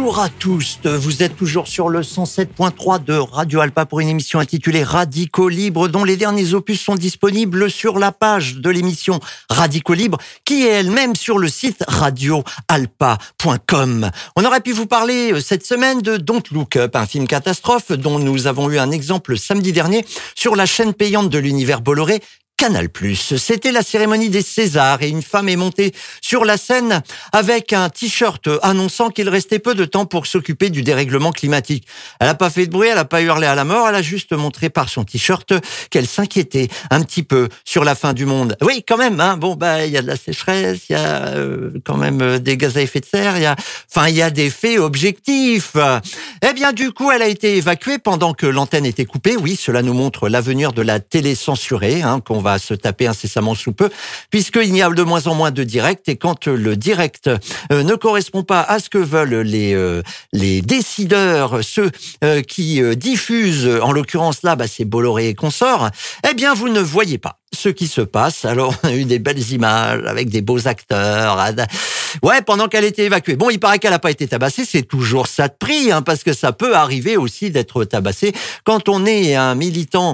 Bonjour à tous, vous êtes toujours sur le 107.3 de Radio Alpa pour une émission intitulée Radicaux Libres dont les derniers opus sont disponibles sur la page de l'émission Radicaux Libres qui est elle-même sur le site radioalpa.com. On aurait pu vous parler cette semaine de Don't Look Up, un film catastrophe dont nous avons eu un exemple samedi dernier sur la chaîne payante de l'univers Bolloré, Canal+. C'était la cérémonie des Césars et une femme est montée sur la scène avec un t-shirt annonçant qu'il restait peu de temps pour s'occuper du dérèglement climatique. Elle n'a pas fait de bruit, elle n'a pas hurlé à la mort, elle a juste montré par son t-shirt qu'elle s'inquiétait un petit peu sur la fin du monde. Oui, quand même, hein. Bon, il y a de la sécheresse, il y a quand même des gaz à effet de serre, il y a des faits objectifs. Eh bien, du coup, elle a été évacuée pendant que l'antenne était coupée. Oui, cela nous montre l'avenir de la télé censurée, qu'on va se taper incessamment sous peu, puisqu'il y a de moins en moins de direct, et quand le direct ne correspond pas à ce que veulent les décideurs, ceux qui diffusent, en l'occurrence là, c'est Bolloré et consorts, eh bien vous ne voyez pas ce qui se passe. Alors on a eu des belles images avec des beaux acteurs. Ouais, pendant qu'elle était évacuée. Bon, il paraît qu'elle n'a pas été tabassée, c'est toujours ça de prix, parce que ça peut arriver aussi d'être tabassé quand on est un militant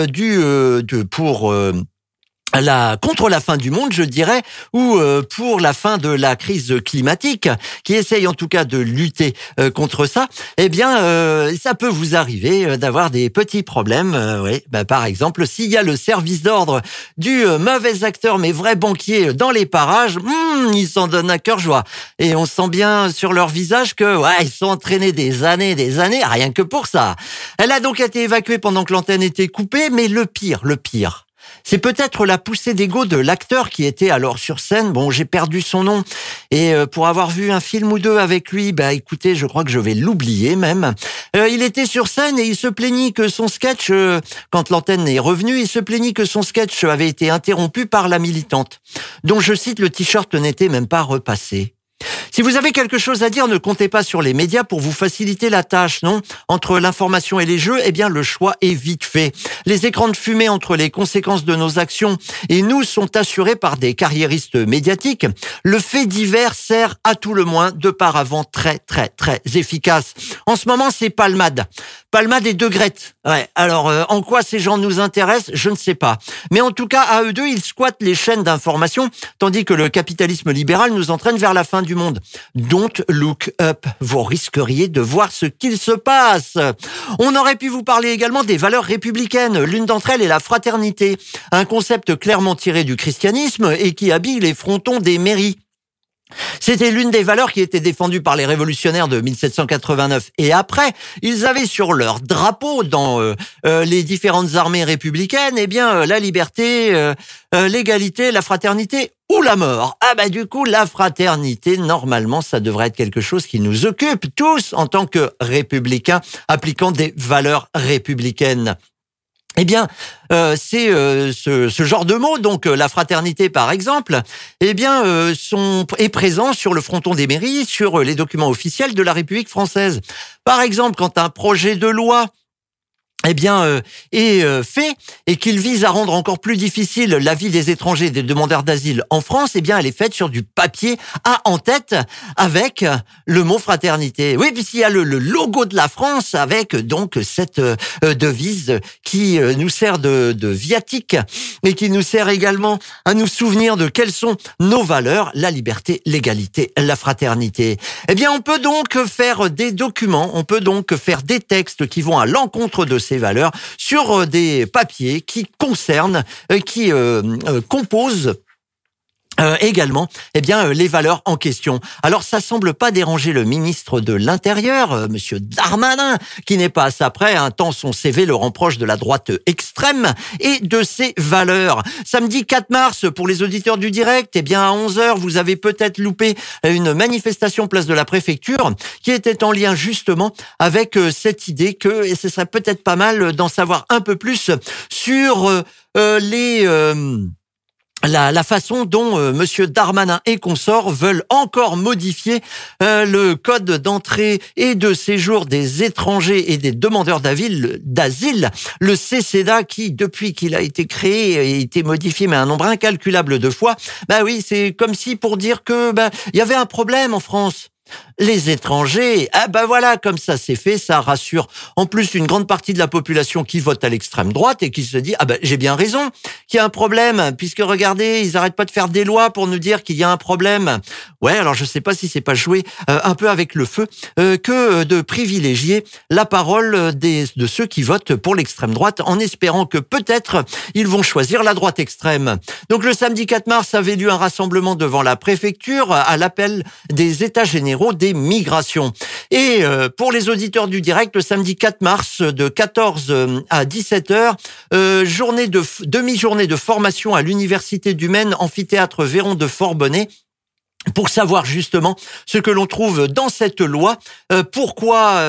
contre la fin du monde, je dirais, ou pour la fin de la crise climatique, qui essaye en tout cas de lutter contre ça. Eh bien, ça peut vous arriver d'avoir des petits problèmes. Par exemple, s'il y a le service d'ordre du mauvais acteur mais vrai banquier dans les parages, ils s'en donnent à cœur joie. Et on sent bien sur leur visage que ils sont entraînés des années, rien que pour ça. Elle a donc été évacuée pendant que l'antenne était coupée, mais le pire, c'est peut-être la poussée d'ego de l'acteur qui était alors sur scène. Bon, j'ai perdu son nom. Et pour avoir vu un film ou deux avec lui, écoutez, je crois que je vais l'oublier même. Il était sur scène et il se plaignit que son sketch, quand l'antenne est revenue, il se plaignit que son sketch avait été interrompu par la militante, dont je cite, le t-shirt n'était même pas repassé. Si vous avez quelque chose à dire, ne comptez pas sur les médias pour vous faciliter la tâche, non ? Entre l'information et les jeux, eh bien, le choix est vite fait. Les écrans de fumée entre les conséquences de nos actions et nous sont assurés par des carriéristes médiatiques. Le fait divers sert à tout le moins de paravent très, très, très efficace. En ce moment, c'est Palmade et De Grette. Ouais. Alors, en quoi ces gens nous intéressent, je ne sais pas. Mais en tout cas, à eux deux, ils squattent les chaînes d'information, tandis que le capitalisme libéral nous entraîne vers la fin du monde. Don't look up. Vous risqueriez de voir ce qu'il se passe. On aurait pu vous parler également des valeurs républicaines. L'une d'entre elles est la fraternité. Un concept clairement tiré du christianisme et qui habille les frontons des mairies. C'était l'une des valeurs qui était défendue par les révolutionnaires de 1789. Et après, ils avaient sur leur drapeau, dans les différentes armées républicaines, la liberté, l'égalité, la fraternité ou la mort. Du coup, la fraternité, normalement, ça devrait être quelque chose qui nous occupe tous en tant que républicains, appliquant des valeurs républicaines. C'est ce genre de mots, donc la fraternité par exemple, est présent sur le fronton des mairies, sur les documents officiels de la République française. Par exemple, quand un projet de loi est fait et qu'il vise à rendre encore plus difficile la vie des étrangers et des demandeurs d'asile en France, elle est faite sur du papier à en-tête avec le mot fraternité. Oui, puisqu'il y a le logo de la France avec donc cette devise qui nous sert de viatique et qui nous sert également à nous souvenir de quelles sont nos valeurs, la liberté, l'égalité, la fraternité. On peut donc faire des documents, on peut donc faire des textes qui vont à l'encontre de ces valeurs sur des papiers qui concernent, qui composent également, les valeurs en question. Alors, ça semble pas déranger le ministre de l'Intérieur, monsieur Darmanin, qui n'est pas à ça près, tant son CV le rend proche de la droite extrême et de ses valeurs. Samedi 4 mars, pour les auditeurs du direct, à 11h, vous avez peut-être loupé une manifestation place de la préfecture qui était en lien justement avec cette idée et ce serait peut-être pas mal d'en savoir un peu plus sur la façon dont monsieur Darmanin et consorts veulent encore modifier le code d'entrée et de séjour des étrangers et des demandeurs d'asile, le CESEDA, qui, depuis qu'il a été créé, a été modifié mais un nombre incalculable de fois. Oui, c'est comme si pour dire que il y avait un problème en France. les étrangers. Ah ben voilà, comme ça c'est fait, ça rassure en plus une grande partie de la population qui vote à l'extrême droite et qui se dit, ah ben j'ai bien raison qu'il y a un problème, puisque regardez, ils arrêtent pas de faire des lois pour nous dire qu'il y a un problème. Ouais, alors je sais pas si c'est pas jouer un peu avec le feu que de privilégier la parole de ceux qui votent pour l'extrême droite en espérant que peut-être ils vont choisir la droite extrême. Donc le samedi 4 mars avait lieu un rassemblement devant la préfecture à l'appel des États généraux des migrations. Et pour les auditeurs du direct, le samedi 4 mars de 14 à 17 heures, demi-journée de formation à l'Université du Maine, amphithéâtre Véron de Forbonnais, pour savoir justement ce que l'on trouve dans cette loi, pourquoi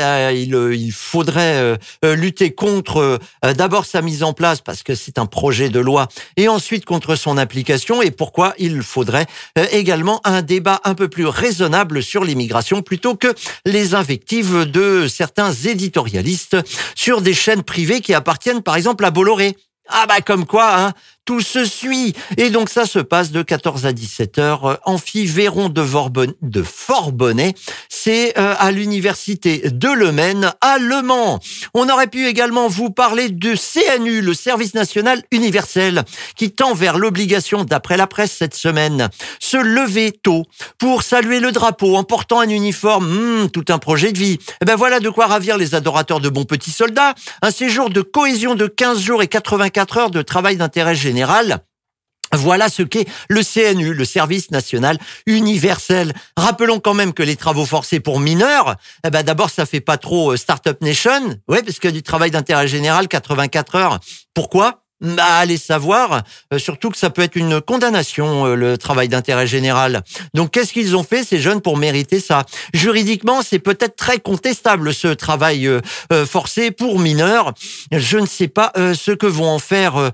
il faudrait lutter contre d'abord sa mise en place parce que c'est un projet de loi et ensuite contre son application et pourquoi il faudrait également un débat un peu plus raisonnable sur l'immigration plutôt que les invectives de certains éditorialistes sur des chaînes privées qui appartiennent par exemple à Bolloré. Ah bah comme quoi, hein, tout se suit. Et donc ça se passe de 14 à 17 heures, amphi Véron de Forbonnais. C'est à l'université de Le Maine, à Le Mans. On aurait pu également vous parler de CNU, le service national universel, qui tend vers l'obligation, d'après la presse cette semaine, se lever tôt pour saluer le drapeau en portant un uniforme. Tout un projet de vie. Eh ben voilà de quoi ravir les adorateurs de bons petits soldats. Un séjour de cohésion de 15 jours et 84 heures de travail d'intérêt général. Voilà ce qu'est le CNU, le service national universel. Rappelons quand même que les travaux forcés pour mineurs, d'abord ça fait pas trop Startup Nation, ouais, parce que du travail d'intérêt général 84 heures. Pourquoi ? Allez savoir, surtout que ça peut être une condamnation, le travail d'intérêt général. Donc qu'est-ce qu'ils ont fait ces jeunes pour mériter ça ? Juridiquement, c'est peut-être très contestable ce travail forcé pour mineurs. Je ne sais pas ce que vont en faire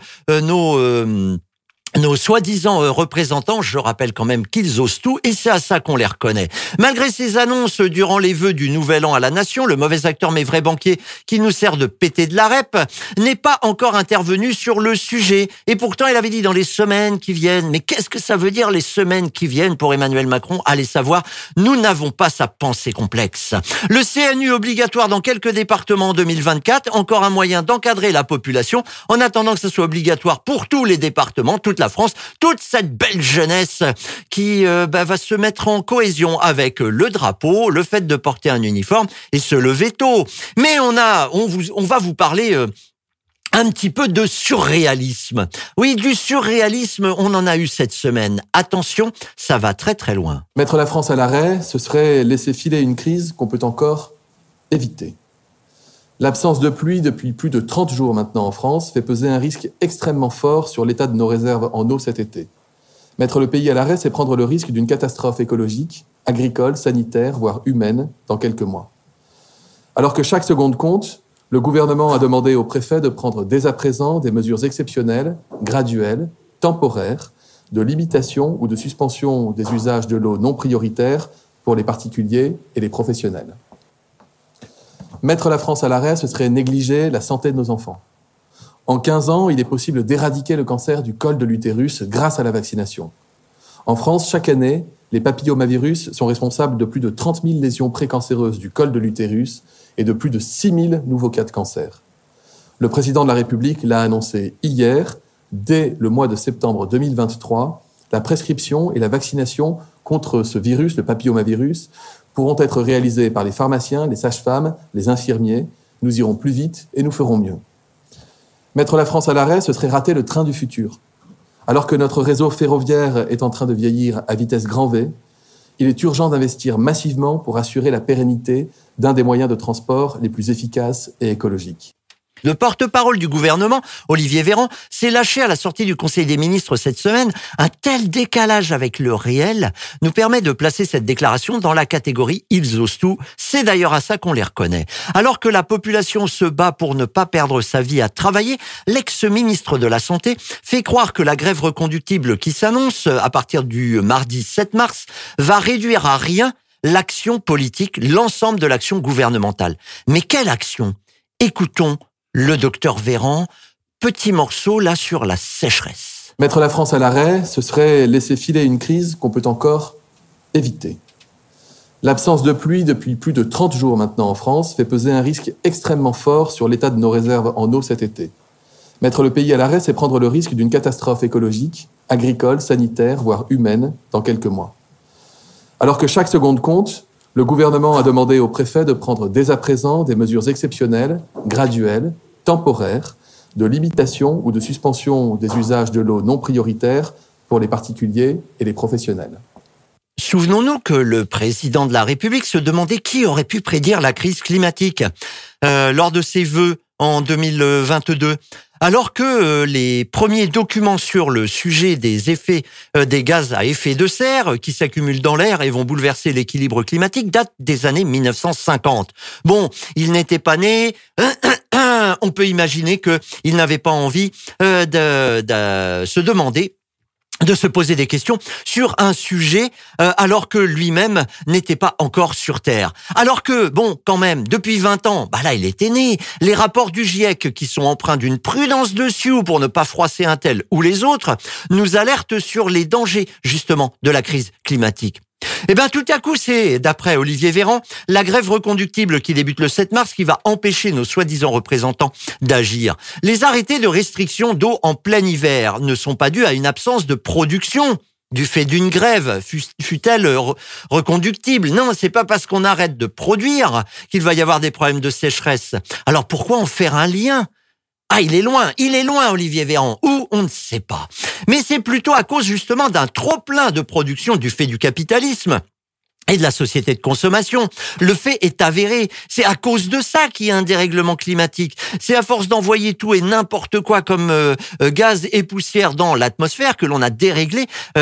nos soi-disant représentants. Je rappelle quand même qu'ils osent tout et c'est à ça qu'on les reconnaît. Malgré ces annonces durant les vœux du Nouvel An à la Nation, le mauvais acteur mais vrai banquier qui nous sert de péter de la rep n'est pas encore intervenu sur le sujet. Et pourtant, il avait dit dans les semaines qui viennent. Mais qu'est-ce que ça veut dire les semaines qui viennent pour Emmanuel Macron ? Allez savoir, nous n'avons pas sa pensée complexe. Le CNU obligatoire dans quelques départements en 2024, encore un moyen d'encadrer la population en attendant que ce soit obligatoire pour tous les départements, toute la France, toute cette belle jeunesse qui va se mettre en cohésion avec le drapeau, le fait de porter un uniforme et se lever tôt. Mais on va vous parler un petit peu de surréalisme. Oui, du surréalisme, on en a eu cette semaine. Attention, ça va très très loin. Mettre la France à l'arrêt, ce serait laisser filer une crise qu'on peut encore éviter. L'absence de pluie depuis plus de 30 jours maintenant en France fait peser un risque extrêmement fort sur l'état de nos réserves en eau cet été. Mettre le pays à l'arrêt, c'est prendre le risque d'une catastrophe écologique, agricole, sanitaire, voire humaine, dans quelques mois. Alors que chaque seconde compte, le gouvernement a demandé au préfet de prendre dès à présent des mesures exceptionnelles, graduelles, temporaires, de limitation ou de suspension des usages de l'eau non prioritaires pour les particuliers et les professionnels. Mettre la France à l'arrêt, ce serait négliger la santé de nos enfants. En 15 ans, il est possible d'éradiquer le cancer du col de l'utérus grâce à la vaccination. En France, chaque année, les papillomavirus sont responsables de plus de 30 000 lésions précancéreuses du col de l'utérus et de plus de 6 000 nouveaux cas de cancer. Le président de la République l'a annoncé hier, dès le mois de septembre 2023, la prescription et la vaccination contre ce virus, le papillomavirus, pourront être réalisées par les pharmaciens, les sages-femmes, les infirmiers. Nous irons plus vite et nous ferons mieux. Mettre la France à l'arrêt, ce serait rater le train du futur. Alors que notre réseau ferroviaire est en train de vieillir à vitesse grand V, il est urgent d'investir massivement pour assurer la pérennité d'un des moyens de transport les plus efficaces et écologiques. Le porte-parole du gouvernement, Olivier Véran, s'est lâché à la sortie du Conseil des ministres cette semaine. Un tel décalage avec le réel nous permet de placer cette déclaration dans la catégorie « ils osent tout ». C'est d'ailleurs à ça qu'on les reconnaît. Alors que la population se bat pour ne pas perdre sa vie à travailler, l'ex-ministre de la Santé fait croire que la grève reconductible qui s'annonce à partir du mardi 7 mars va réduire à rien l'action politique, l'ensemble de l'action gouvernementale. Mais quelle action ? Écoutons le docteur Véran, petit morceau là sur la sécheresse. Mettre la France à l'arrêt, ce serait laisser filer une crise qu'on peut encore éviter. L'absence de pluie depuis plus de 30 jours maintenant en France fait peser un risque extrêmement fort sur l'état de nos réserves en eau cet été. Mettre le pays à l'arrêt, c'est prendre le risque d'une catastrophe écologique, agricole, sanitaire, voire humaine, dans quelques mois. Alors que chaque seconde compte, le gouvernement a demandé au préfet de prendre dès à présent des mesures exceptionnelles, graduelles, temporaires, de limitation ou de suspension des usages de l'eau non prioritaires pour les particuliers et les professionnels. Souvenons-nous que le président de la République se demandait qui aurait pu prédire la crise climatique lors de ses vœux en 2022. Alors que les premiers documents sur le sujet des effets des gaz à effet de serre qui s'accumulent dans l'air et vont bouleverser l'équilibre climatique datent des années 1950. Bon, il n'était pas né... On peut imaginer qu'il n'avait pas envie de se poser des questions sur un sujet alors que lui-même n'était pas encore sur Terre. Alors que, bon, quand même, depuis 20 ans, là, il était né. Les rapports du GIEC, qui sont empreints d'une prudence de sioux pour ne pas froisser un tel ou les autres, nous alertent sur les dangers, justement, de la crise climatique. Tout à coup, c'est, d'après Olivier Véran, la grève reconductible qui débute le 7 mars qui va empêcher nos soi-disant représentants d'agir. Les arrêtés de restriction d'eau en plein hiver ne sont pas dus à une absence de production du fait d'une grève, fût-elle reconductible. Non, c'est pas parce qu'on arrête de produire qu'il va y avoir des problèmes de sécheresse. Alors pourquoi en faire un lien ? Il est loin, Olivier Véran, où on ne sait pas. Mais c'est plutôt à cause justement d'un trop-plein de production du fait du capitalisme et de la société de consommation. Le fait est avéré. C'est à cause de ça qu'il y a un dérèglement climatique. C'est à force d'envoyer tout et n'importe quoi comme gaz et poussière dans l'atmosphère que l'on a déréglé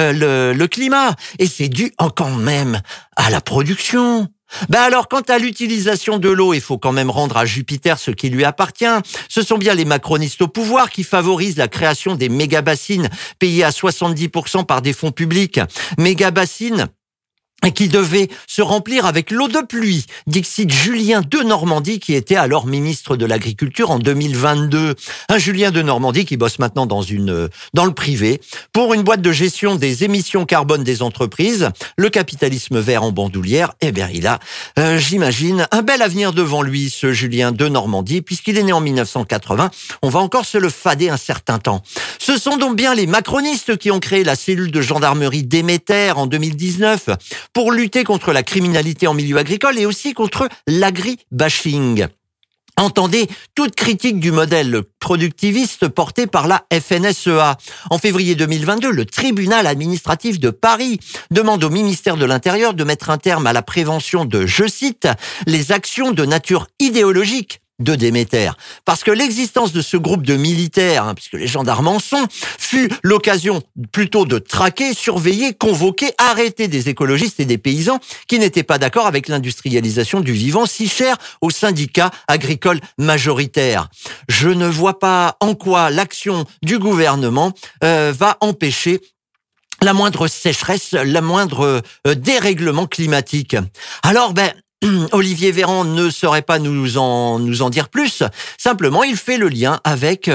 le climat. Et c'est dû quand même à la production. Alors, quant à l'utilisation de l'eau, il faut quand même rendre à Jupiter ce qui lui appartient. Ce sont bien les macronistes au pouvoir qui favorisent la création des méga-bassines payées à 70% par des fonds publics. Méga-bassines qui devait se remplir avec l'eau de pluie, dixit Julien Denormandie, qui était alors ministre de l'Agriculture en 2022. Un Julien Denormandie qui bosse maintenant dans le privé, pour une boîte de gestion des émissions carbone des entreprises. Le capitalisme vert en bandoulière, il a, j'imagine, un bel avenir devant lui, ce Julien Denormandie, puisqu'il est né en 1980. On va encore se le fader un certain temps. Ce sont donc bien les macronistes qui ont créé la cellule de gendarmerie Déméter en 2019, pour lutter contre la criminalité en milieu agricole et aussi contre l'agri-bashing. Entendez toute critique du modèle productiviste porté par la FNSEA. En février 2022, le tribunal administratif de Paris demande au ministère de l'Intérieur de mettre un terme à la prévention de, je cite, les actions de nature idéologique de Déméter. Parce que l'existence de ce groupe de militaires, puisque les gendarmes en sont, fut l'occasion plutôt de traquer, surveiller, convoquer, arrêter des écologistes et des paysans qui n'étaient pas d'accord avec l'industrialisation du vivant si chère aux syndicats agricoles majoritaires. Je ne vois pas en quoi l'action du gouvernement va empêcher la moindre sécheresse, la moindre dérèglement climatique. Alors, Olivier Véran ne saurait pas nous en dire plus. Simplement, il fait le lien avec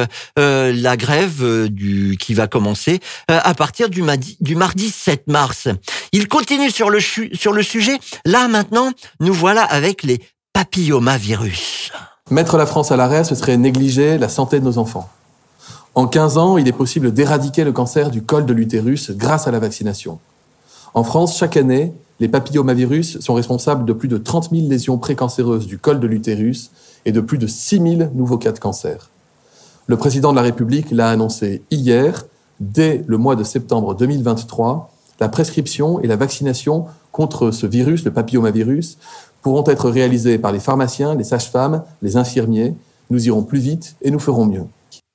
la grève qui va commencer à partir du mardi 7 mars. Il continue sur le sujet. Là, maintenant, nous voilà avec les papillomavirus. Mettre la France à l'arrêt, ce serait négliger la santé de nos enfants. En 15 ans, il est possible d'éradiquer le cancer du col de l'utérus grâce à la vaccination. En France, chaque année, les papillomavirus sont responsables de plus de 30 000 lésions précancéreuses du col de l'utérus et de plus de 6 000 nouveaux cas de cancer. Le président de la République l'a annoncé hier, dès le mois de septembre 2023, la prescription et la vaccination contre ce virus, le papillomavirus, pourront être réalisées par les pharmaciens, les sages-femmes, les infirmiers. Nous irons plus vite et nous ferons mieux.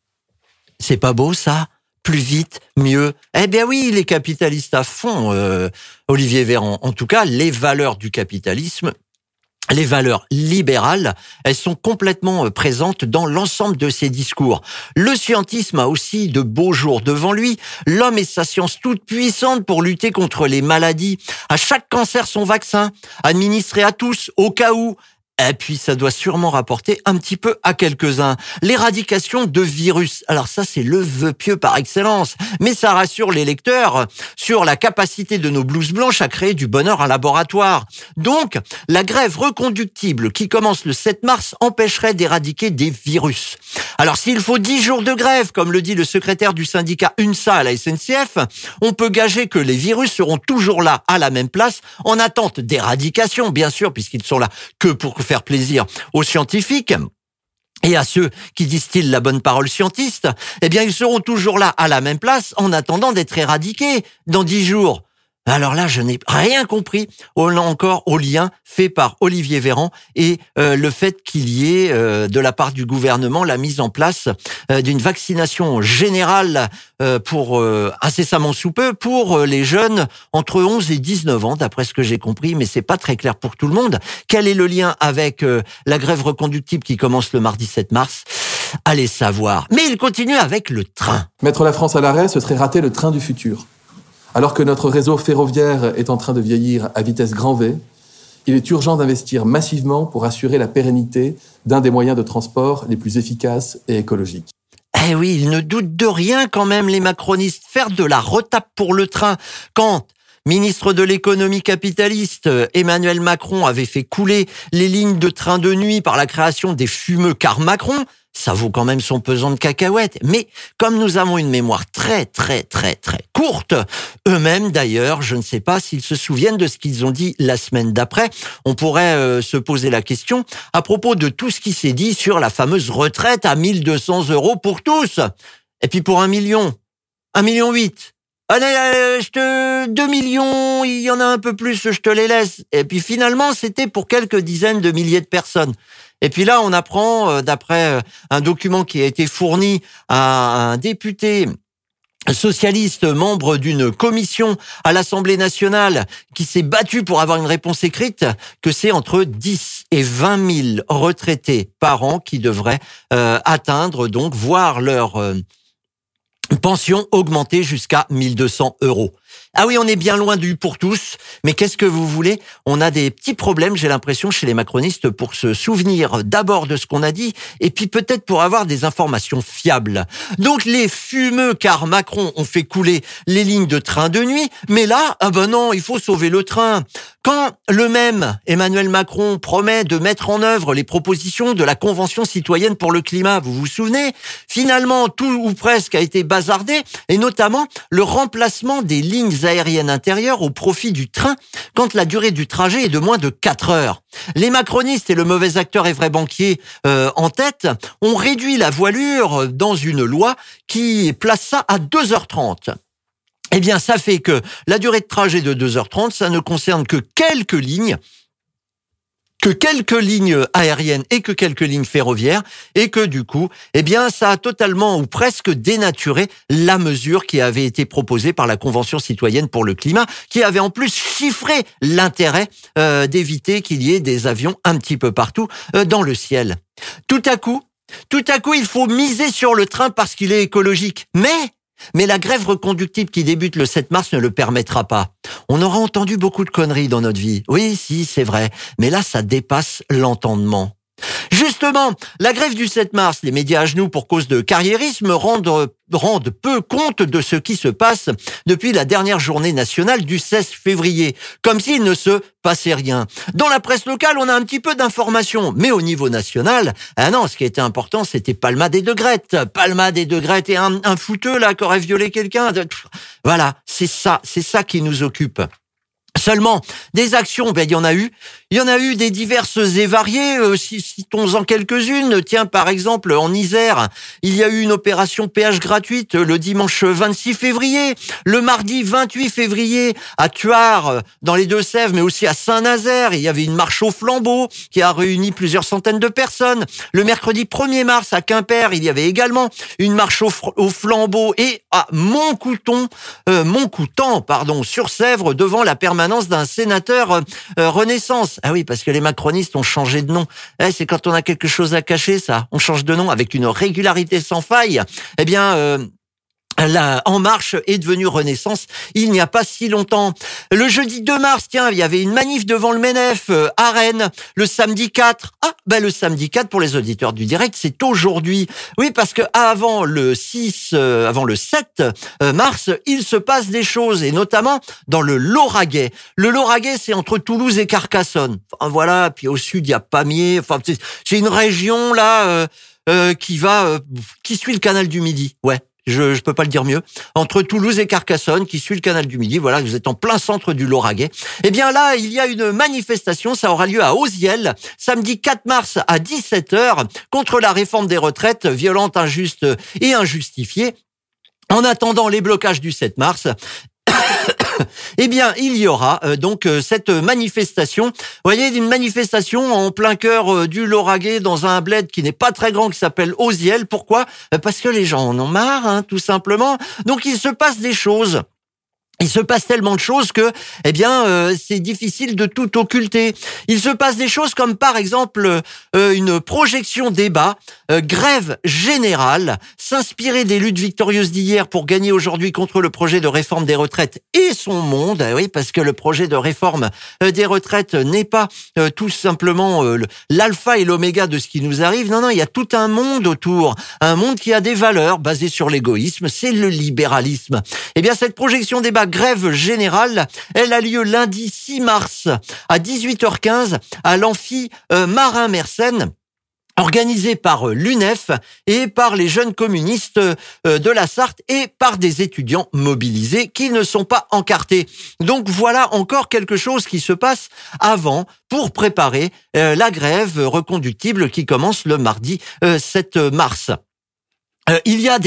C'est pas beau, ça ? Plus vite, mieux. Oui, les capitalistes à fond, Olivier Véran. En tout cas, les valeurs du capitalisme, les valeurs libérales, elles sont complètement présentes dans l'ensemble de ses discours. Le scientisme a aussi de beaux jours devant lui. L'homme et sa science toute puissante pour lutter contre les maladies. À chaque cancer, son vaccin, administré à tous, au cas où. Et puis, ça doit sûrement rapporter un petit peu à quelques-uns. L'éradication de virus. Alors ça, c'est le vœu pieux par excellence. Mais ça rassure les lecteurs sur la capacité de nos blouses blanches à créer du bonheur en laboratoire. Donc, la grève reconductible qui commence le 7 mars empêcherait d'éradiquer des virus. Alors, s'il faut 10 jours de grève, comme le dit le secrétaire du syndicat UNSA à la SNCF, on peut gager que les virus seront toujours là, à la même place, en attente d'éradication, bien sûr, puisqu'ils sont là que pour faire plaisir aux scientifiques et à ceux qui distillent la bonne parole scientiste. Eh bien, ils seront toujours là, à la même place, en attendant d'être éradiqués dans 10 jours. Alors là, je n'ai rien compris, encore au lien fait par Olivier Véran et le fait qu'il y ait, de la part du gouvernement, la mise en place d'une vaccination générale pour incessamment sous peu pour les jeunes entre 11 et 19 ans, d'après ce que j'ai compris, mais c'est pas très clair pour tout le monde. Quel est le lien avec la grève reconductible qui commence le mardi 7 mars ? Allez savoir. Mais il continue avec le train. Mettre la France à l'arrêt, ce serait rater le train du futur. Alors que notre réseau ferroviaire est en train de vieillir à vitesse grand V, il est urgent d'investir massivement pour assurer la pérennité d'un des moyens de transport les plus efficaces et écologiques. Eh oui, ils ne doutent de rien quand même, les macronistes. Faire de la retape pour le train quand ministre de l'économie capitaliste, Emmanuel Macron avait fait couler les lignes de train de nuit par la création des fameux cars Macron, ça vaut quand même son pesant de cacahuètes. Mais comme nous avons une mémoire très courte, eux-mêmes d'ailleurs, je ne sais pas s'ils se souviennent de ce qu'ils ont dit la semaine d'après. On pourrait se poser la question à propos de tout ce qui s'est dit sur la fameuse retraite à 1 200 € pour tous. Et puis pour 1 million, 1,8 million. Allez, 2 millions, il y en a un peu plus, je te les laisse. Et puis finalement, c'était pour quelques dizaines de milliers de personnes. Et puis là, on apprend, d'après un document qui a été fourni à un député socialiste, membre d'une commission à l'Assemblée nationale, qui s'est battu pour avoir une réponse écrite, que c'est entre 10 et 20 000 retraités par an qui devraient atteindre, donc, voir leur pension augmenter jusqu'à 1 200 €. Ah oui, on est bien loin du pour tous, mais qu'est-ce que vous voulez ? On a des petits problèmes, j'ai l'impression, chez les macronistes pour se souvenir d'abord de ce qu'on a dit, et puis peut-être pour avoir des informations fiables. Donc les fumeux cars Macron ont fait couler les lignes de train de nuit, mais là, ah ben non, il faut sauver le train. Quand le même Emmanuel Macron promet de mettre en œuvre les propositions de la Convention citoyenne pour le climat, vous vous souvenez ? Finalement, tout ou presque a été bazardé, et notamment le remplacement des lignes aériennes intérieures au profit du train quand la durée du trajet est de moins de 4 heures. Les macronistes et le mauvais acteur et vrai banquier en tête ont réduit la voilure dans une loi qui place ça à 2h30. Eh bien, ça fait que la durée de trajet de 2h30, ça ne concerne que quelques lignes aériennes et que quelques lignes ferroviaires, et que du coup, eh bien, ça a totalement ou presque dénaturé la mesure qui avait été proposée par la Convention citoyenne pour le climat, qui avait en plus chiffré l'intérêt d'éviter qu'il y ait des avions un petit peu partout dans le ciel. Tout à coup, il faut miser sur le train parce qu'il est écologique. Mais la grève reconductible qui débute le 7 mars ne le permettra pas. On aura entendu beaucoup de conneries dans notre vie. Oui, si, c'est vrai. Mais là, ça dépasse l'entendement. Justement, la grève du 7 mars, les médias à genoux pour cause de carriérisme rendent peu compte de ce qui se passe depuis la dernière journée nationale du 16 février, comme s'il ne se passait rien. Dans la presse locale, on a un petit peu d'informations, mais au niveau national, ah non, ce qui était important, c'était Palmade et De Grette et un fouteux là qui aurait violé quelqu'un. Voilà, c'est ça qui nous occupe. Seulement, des actions, il y en a eu. Il y en a eu des diverses et variées, citons-en quelques-unes. Tiens, par exemple, en Isère, il y a eu une opération péage gratuite le dimanche 26 février, le mardi 28 février à Thuard, dans les Deux-Sèvres, mais aussi à Saint-Nazaire. Il y avait une marche au flambeau qui a réuni plusieurs centaines de personnes. Le mercredi 1er mars à Quimper, il y avait également une marche au flambeau, et à Montcoutan, sur Sèvres, devant la permanence d'un sénateur Renaissance. Ah oui, parce que les macronistes ont changé de nom. C'est quand on a quelque chose à cacher, ça. On change de nom avec une régularité sans faille. Eh bien, La En Marche est devenue Renaissance il n'y a pas si longtemps. Le jeudi 2 mars, tiens, il y avait une manif devant le MENEF à Rennes. Le samedi 4, le samedi 4 pour les auditeurs du direct, c'est aujourd'hui. Oui, parce que avant le 7 mars, il se passe des choses, et notamment dans le Lauragais. Le Lauragais, c'est entre Toulouse et Carcassonne. Enfin, voilà, puis au sud, il y a Pamiers. Enfin, c'est une région là qui suit le canal du Midi. Ouais. Je peux pas le dire mieux. Entre Toulouse et Carcassonne, qui suit le canal du Midi, voilà, vous êtes en plein centre du Lauragais. Eh bien là, il y a une manifestation, ça aura lieu à Auziel, samedi 4 mars à 17h, contre la réforme des retraites, violente, injuste et injustifiée. En attendant les blocages du 7 mars, eh bien, il y aura cette manifestation. Vous voyez, une manifestation en plein cœur du Lauragais, dans un bled qui n'est pas très grand, qui s'appelle Auziel. Pourquoi ? Parce que les gens en ont marre, tout simplement. Donc, il se passe des choses. Il se passe tellement de choses que, c'est difficile de tout occulter. Il se passe des choses comme, par exemple, une projection débat, grève générale, s'inspirer des luttes victorieuses d'hier pour gagner aujourd'hui contre le projet de réforme des retraites et son monde. Oui, parce que le projet de réforme des retraites n'est pas tout simplement l'alpha et l'oméga de ce qui nous arrive. Non, il y a tout un monde autour. Un monde qui a des valeurs basées sur l'égoïsme. C'est le libéralisme. Eh bien, cette projection débat grève générale, elle a lieu lundi 6 mars à 18h15 à l'amphi Marin-Mersenne, organisé par l'UNEF et par les jeunes communistes de la Sarthe et par des étudiants mobilisés qui ne sont pas encartés. Donc voilà encore quelque chose qui se passe avant pour préparer la grève reconductible qui commence le mardi 7 mars. Il y a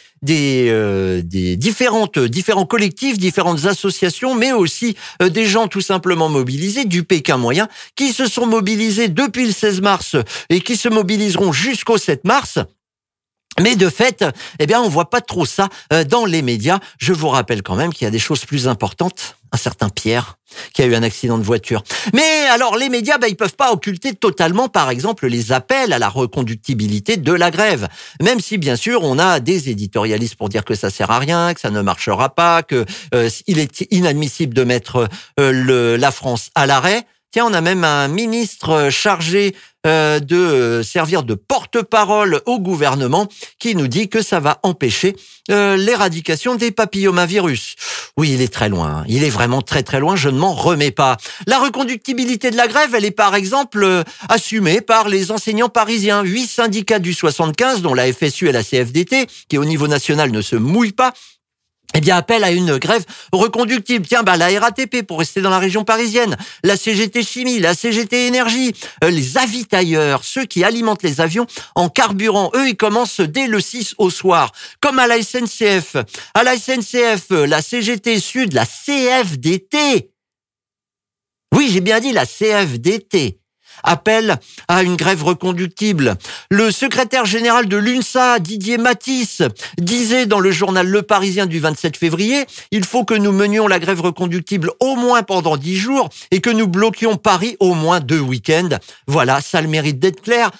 différents collectifs, différentes associations, mais aussi des gens tout simplement mobilisés du Pékin moyen qui se sont mobilisés depuis le 16 mars et qui se mobiliseront jusqu'au 7 mars. Mais de fait, on voit pas trop ça dans les médias. Je vous rappelle quand même qu'il y a des choses plus importantes. Un certain Pierre qui a eu un accident de voiture. Mais alors les médias, ils peuvent pas occulter totalement, par exemple, les appels à la reconductibilité de la grève. Même si, bien sûr, on a des éditorialistes pour dire que ça sert à rien, que ça ne marchera pas, que il est inadmissible de mettre la France à l'arrêt. Tiens, on a même un ministre chargé de servir de porte-parole au gouvernement qui nous dit que ça va empêcher l'éradication des papillomavirus. Oui, il est très loin. Il est vraiment très très loin. Je ne m'en remets pas. La reconductibilité de la grève, elle est par exemple assumée par les enseignants parisiens. 8 syndicats du 75, dont la FSU et la CFDT, qui au niveau national ne se mouillent pas, appelle à une grève reconductible. Tiens, la RATP pour rester dans la région parisienne, la CGT Chimie, la CGT Énergie, les avitailleurs, ceux qui alimentent les avions en carburant, eux, ils commencent dès le 6 au soir. Comme à la SNCF. À la SNCF, la CGT Sud, la CFDT. Oui, j'ai bien dit la CFDT. Appelle à une grève reconductible. Le secrétaire général de l'UNSA, Didier Matisse, disait dans le journal Le Parisien du 27 février, il faut que nous menions la grève reconductible au moins pendant 10 jours et que nous bloquions Paris au moins 2 week-ends. Voilà, ça a le mérite d'être clair.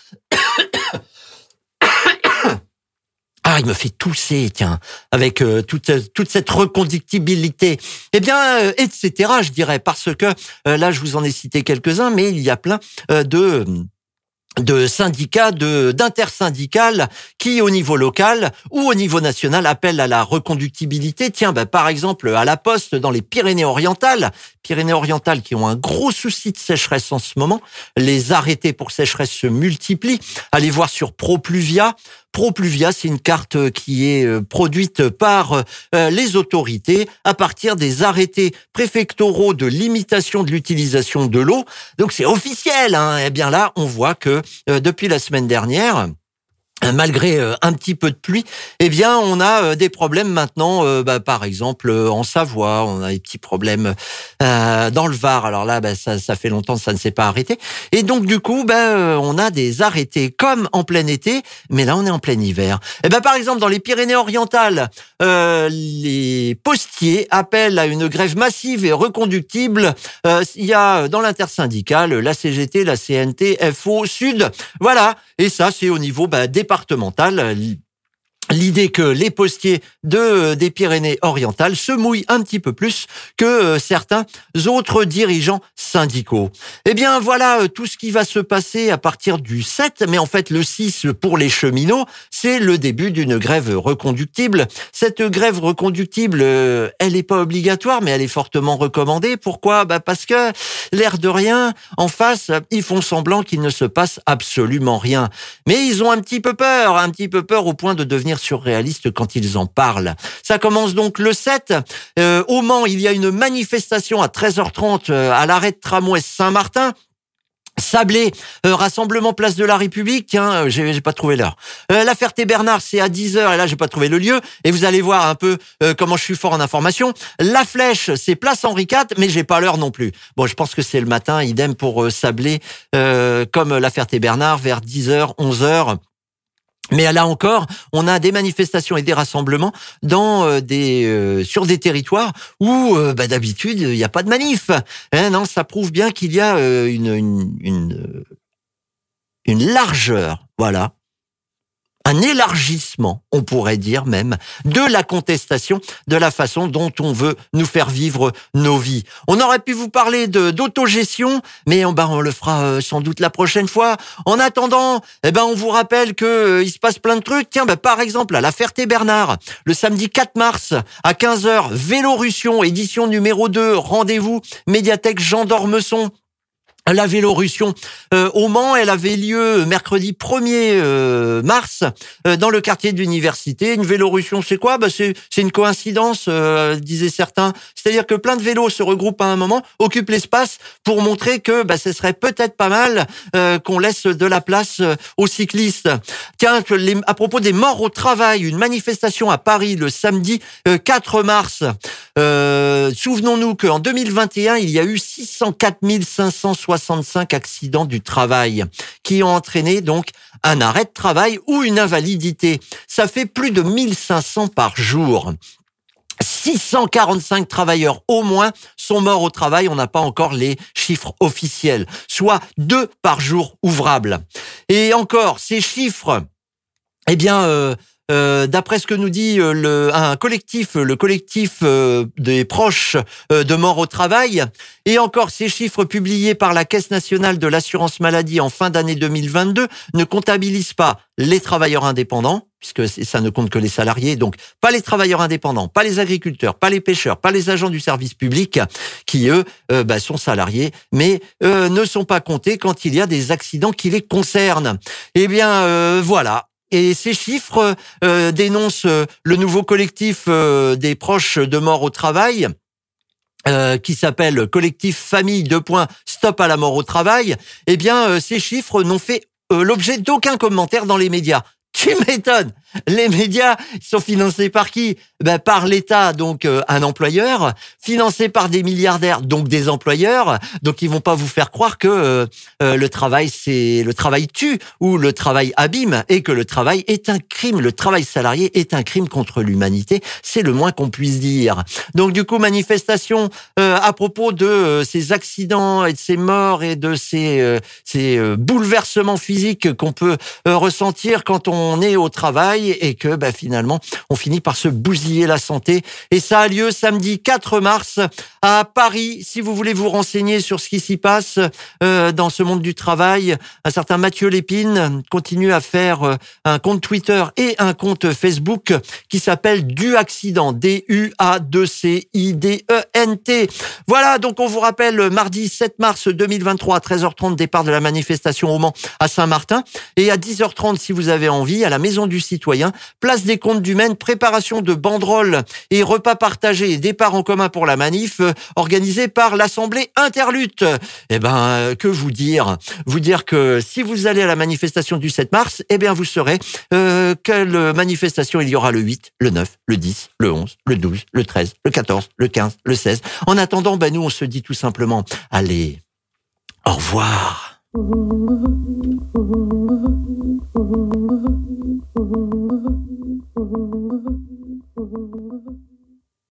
Il me fait tousser, tiens, avec toute cette reconductibilité. Etc., je dirais, parce que là, je vous en ai cité quelques-uns, mais il y a plein de syndicats, d'intersyndicales qui, au niveau local ou au niveau national, appellent à la reconductibilité. Tiens, par exemple, à la Poste, dans les Pyrénées-Orientales qui ont un gros souci de sécheresse en ce moment. Les arrêtés pour sécheresse se multiplient. Allez voir sur ProPluvia. ProPluvia, c'est une carte qui est produite par les autorités à partir des arrêtés préfectoraux de limitation de l'utilisation de l'eau. Donc c'est officiel, là, on voit que depuis la semaine dernière, malgré un petit peu de pluie, on a des problèmes maintenant. Par exemple, en Savoie, on a des petits problèmes dans le Var. Alors là, ça fait longtemps que ça ne s'est pas arrêté. Et donc du coup, on a des arrêtés comme en plein été, mais là on est en plein hiver. Par exemple, dans les Pyrénées-Orientales, les postiers appellent à une grève massive et reconductible. Il y a dans l'intersyndicale la CGT, la CNT, FO Sud. Voilà. Et ça, c'est au niveau départemental. l'idée que les postiers des Pyrénées-Orientales se mouillent un petit peu plus que certains autres dirigeants syndicaux. Eh bien, voilà tout ce qui va se passer à partir du 7, mais en fait, le 6 pour les cheminots, c'est le début d'une grève reconductible. Cette grève reconductible, elle n'est pas obligatoire, mais elle est fortement recommandée. Pourquoi ? Parce que, l'air de rien, en face, ils font semblant qu'il ne se passe absolument rien. Mais ils ont un petit peu peur au point de devenir surréalistes quand ils en parlent. Ça commence donc le 7. Au Mans, il y a une manifestation à 13h30 à l'arrêt de tramway Saint-Martin. Sablé, rassemblement place de la République, tiens, j'ai pas trouvé l'heure. La Ferté-Bernard, c'est à 10h, et là, j'ai pas trouvé le lieu, et vous allez voir un peu comment je suis fort en information. La Flèche, c'est place Henri IV, mais j'ai pas l'heure non plus. Bon, je pense que c'est le matin, idem pour Sablé, comme la Ferté-Bernard, vers 10h, 11h. Mais là encore, on a des manifestations et des rassemblements sur des territoires où d'habitude il n'y a pas de manif. Non, ça prouve bien qu'il y a une largeur, voilà. Un élargissement, on pourrait dire même, de la contestation, de la façon dont on veut nous faire vivre nos vies. On aurait pu vous parler d'autogestion, mais on le fera sans doute la prochaine fois. En attendant, on vous rappelle que il se passe plein de trucs. Tiens, par exemple, à la Ferté-Bernard, le samedi 4 mars à 15h, Vélorussion, édition numéro 2, rendez-vous, médiathèque Jean d'Ormesson. La Vélorussion au Mans, elle avait lieu mercredi 1er mars dans le quartier de l'université. Une Vélorussion, c'est quoi ? C'est une coïncidence, disaient certains. C'est-à-dire que plein de vélos se regroupent à un moment, occupent l'espace pour montrer que ce serait peut-être pas mal qu'on laisse de la place aux cyclistes. Tiens, à propos des morts au travail, une manifestation à Paris le samedi 4 mars. Souvenons-nous qu'en 2021, il y a eu 604 565 accidents du travail qui ont entraîné donc un arrêt de travail ou une invalidité. Ça fait plus de 1500 par jour. 645 travailleurs au moins sont morts au travail. On n'a pas encore les chiffres officiels, soit 2 par jour ouvrable. Et encore, ces chiffres, d'après ce que nous dit le collectif des proches de morts au travail, et encore ces chiffres publiés par la Caisse nationale de l'assurance maladie en fin d'année 2022 ne comptabilisent pas les travailleurs indépendants, puisque ça ne compte que les salariés, donc pas les travailleurs indépendants, pas les agriculteurs, pas les pêcheurs, pas les agents du service public, qui eux sont salariés, mais ne sont pas comptés quand il y a des accidents qui les concernent. Voilà. Et ces chiffres dénoncent le nouveau collectif des proches de morts au travail, qui s'appelle Collectif Famille : Stop à la mort au travail. Ces chiffres n'ont fait l'objet d'aucun commentaire dans les médias. Tu m'étonnes. Les médias sont financés par qui ? Par l'État, donc un employeur, financé par des milliardaires, donc des employeurs. Donc ils vont pas vous faire croire que le travail tue ou le travail abîme et que le travail est un crime. Le travail salarié est un crime contre l'humanité. C'est le moins qu'on puisse dire. Donc du coup, manifestation à propos de ces accidents et de ces morts et de ces bouleversements physiques qu'on peut ressentir quand on est au travail. Et que finalement, on finit par se bousiller la santé. Et ça a lieu samedi 4 mars à Paris. Si vous voulez vous renseigner sur ce qui s'y passe dans ce monde du travail, un certain Mathieu Lépine continue à faire un compte Twitter et un compte Facebook qui s'appelle Duaccident, DUA2CIDENT. Voilà, donc on vous rappelle, mardi 7 mars 2023 à 13h30, départ de la manifestation au Mans à Saint-Martin. Et à 10h30, si vous avez envie, à la Maison du Citoyen, place des Comptes du Maine, préparation de banderoles et repas partagés et départ en commun pour la manif organisée par l'Assemblée Interlutte. Que vous dire ? Vous dire que si vous allez à la manifestation du 7 mars, vous saurez quelle manifestation il y aura le 8, le 9, le 10, le 11, le 12, le 13, le 14, le 15, le 16. En attendant, nous on se dit tout simplement, allez, au revoir. Thank you.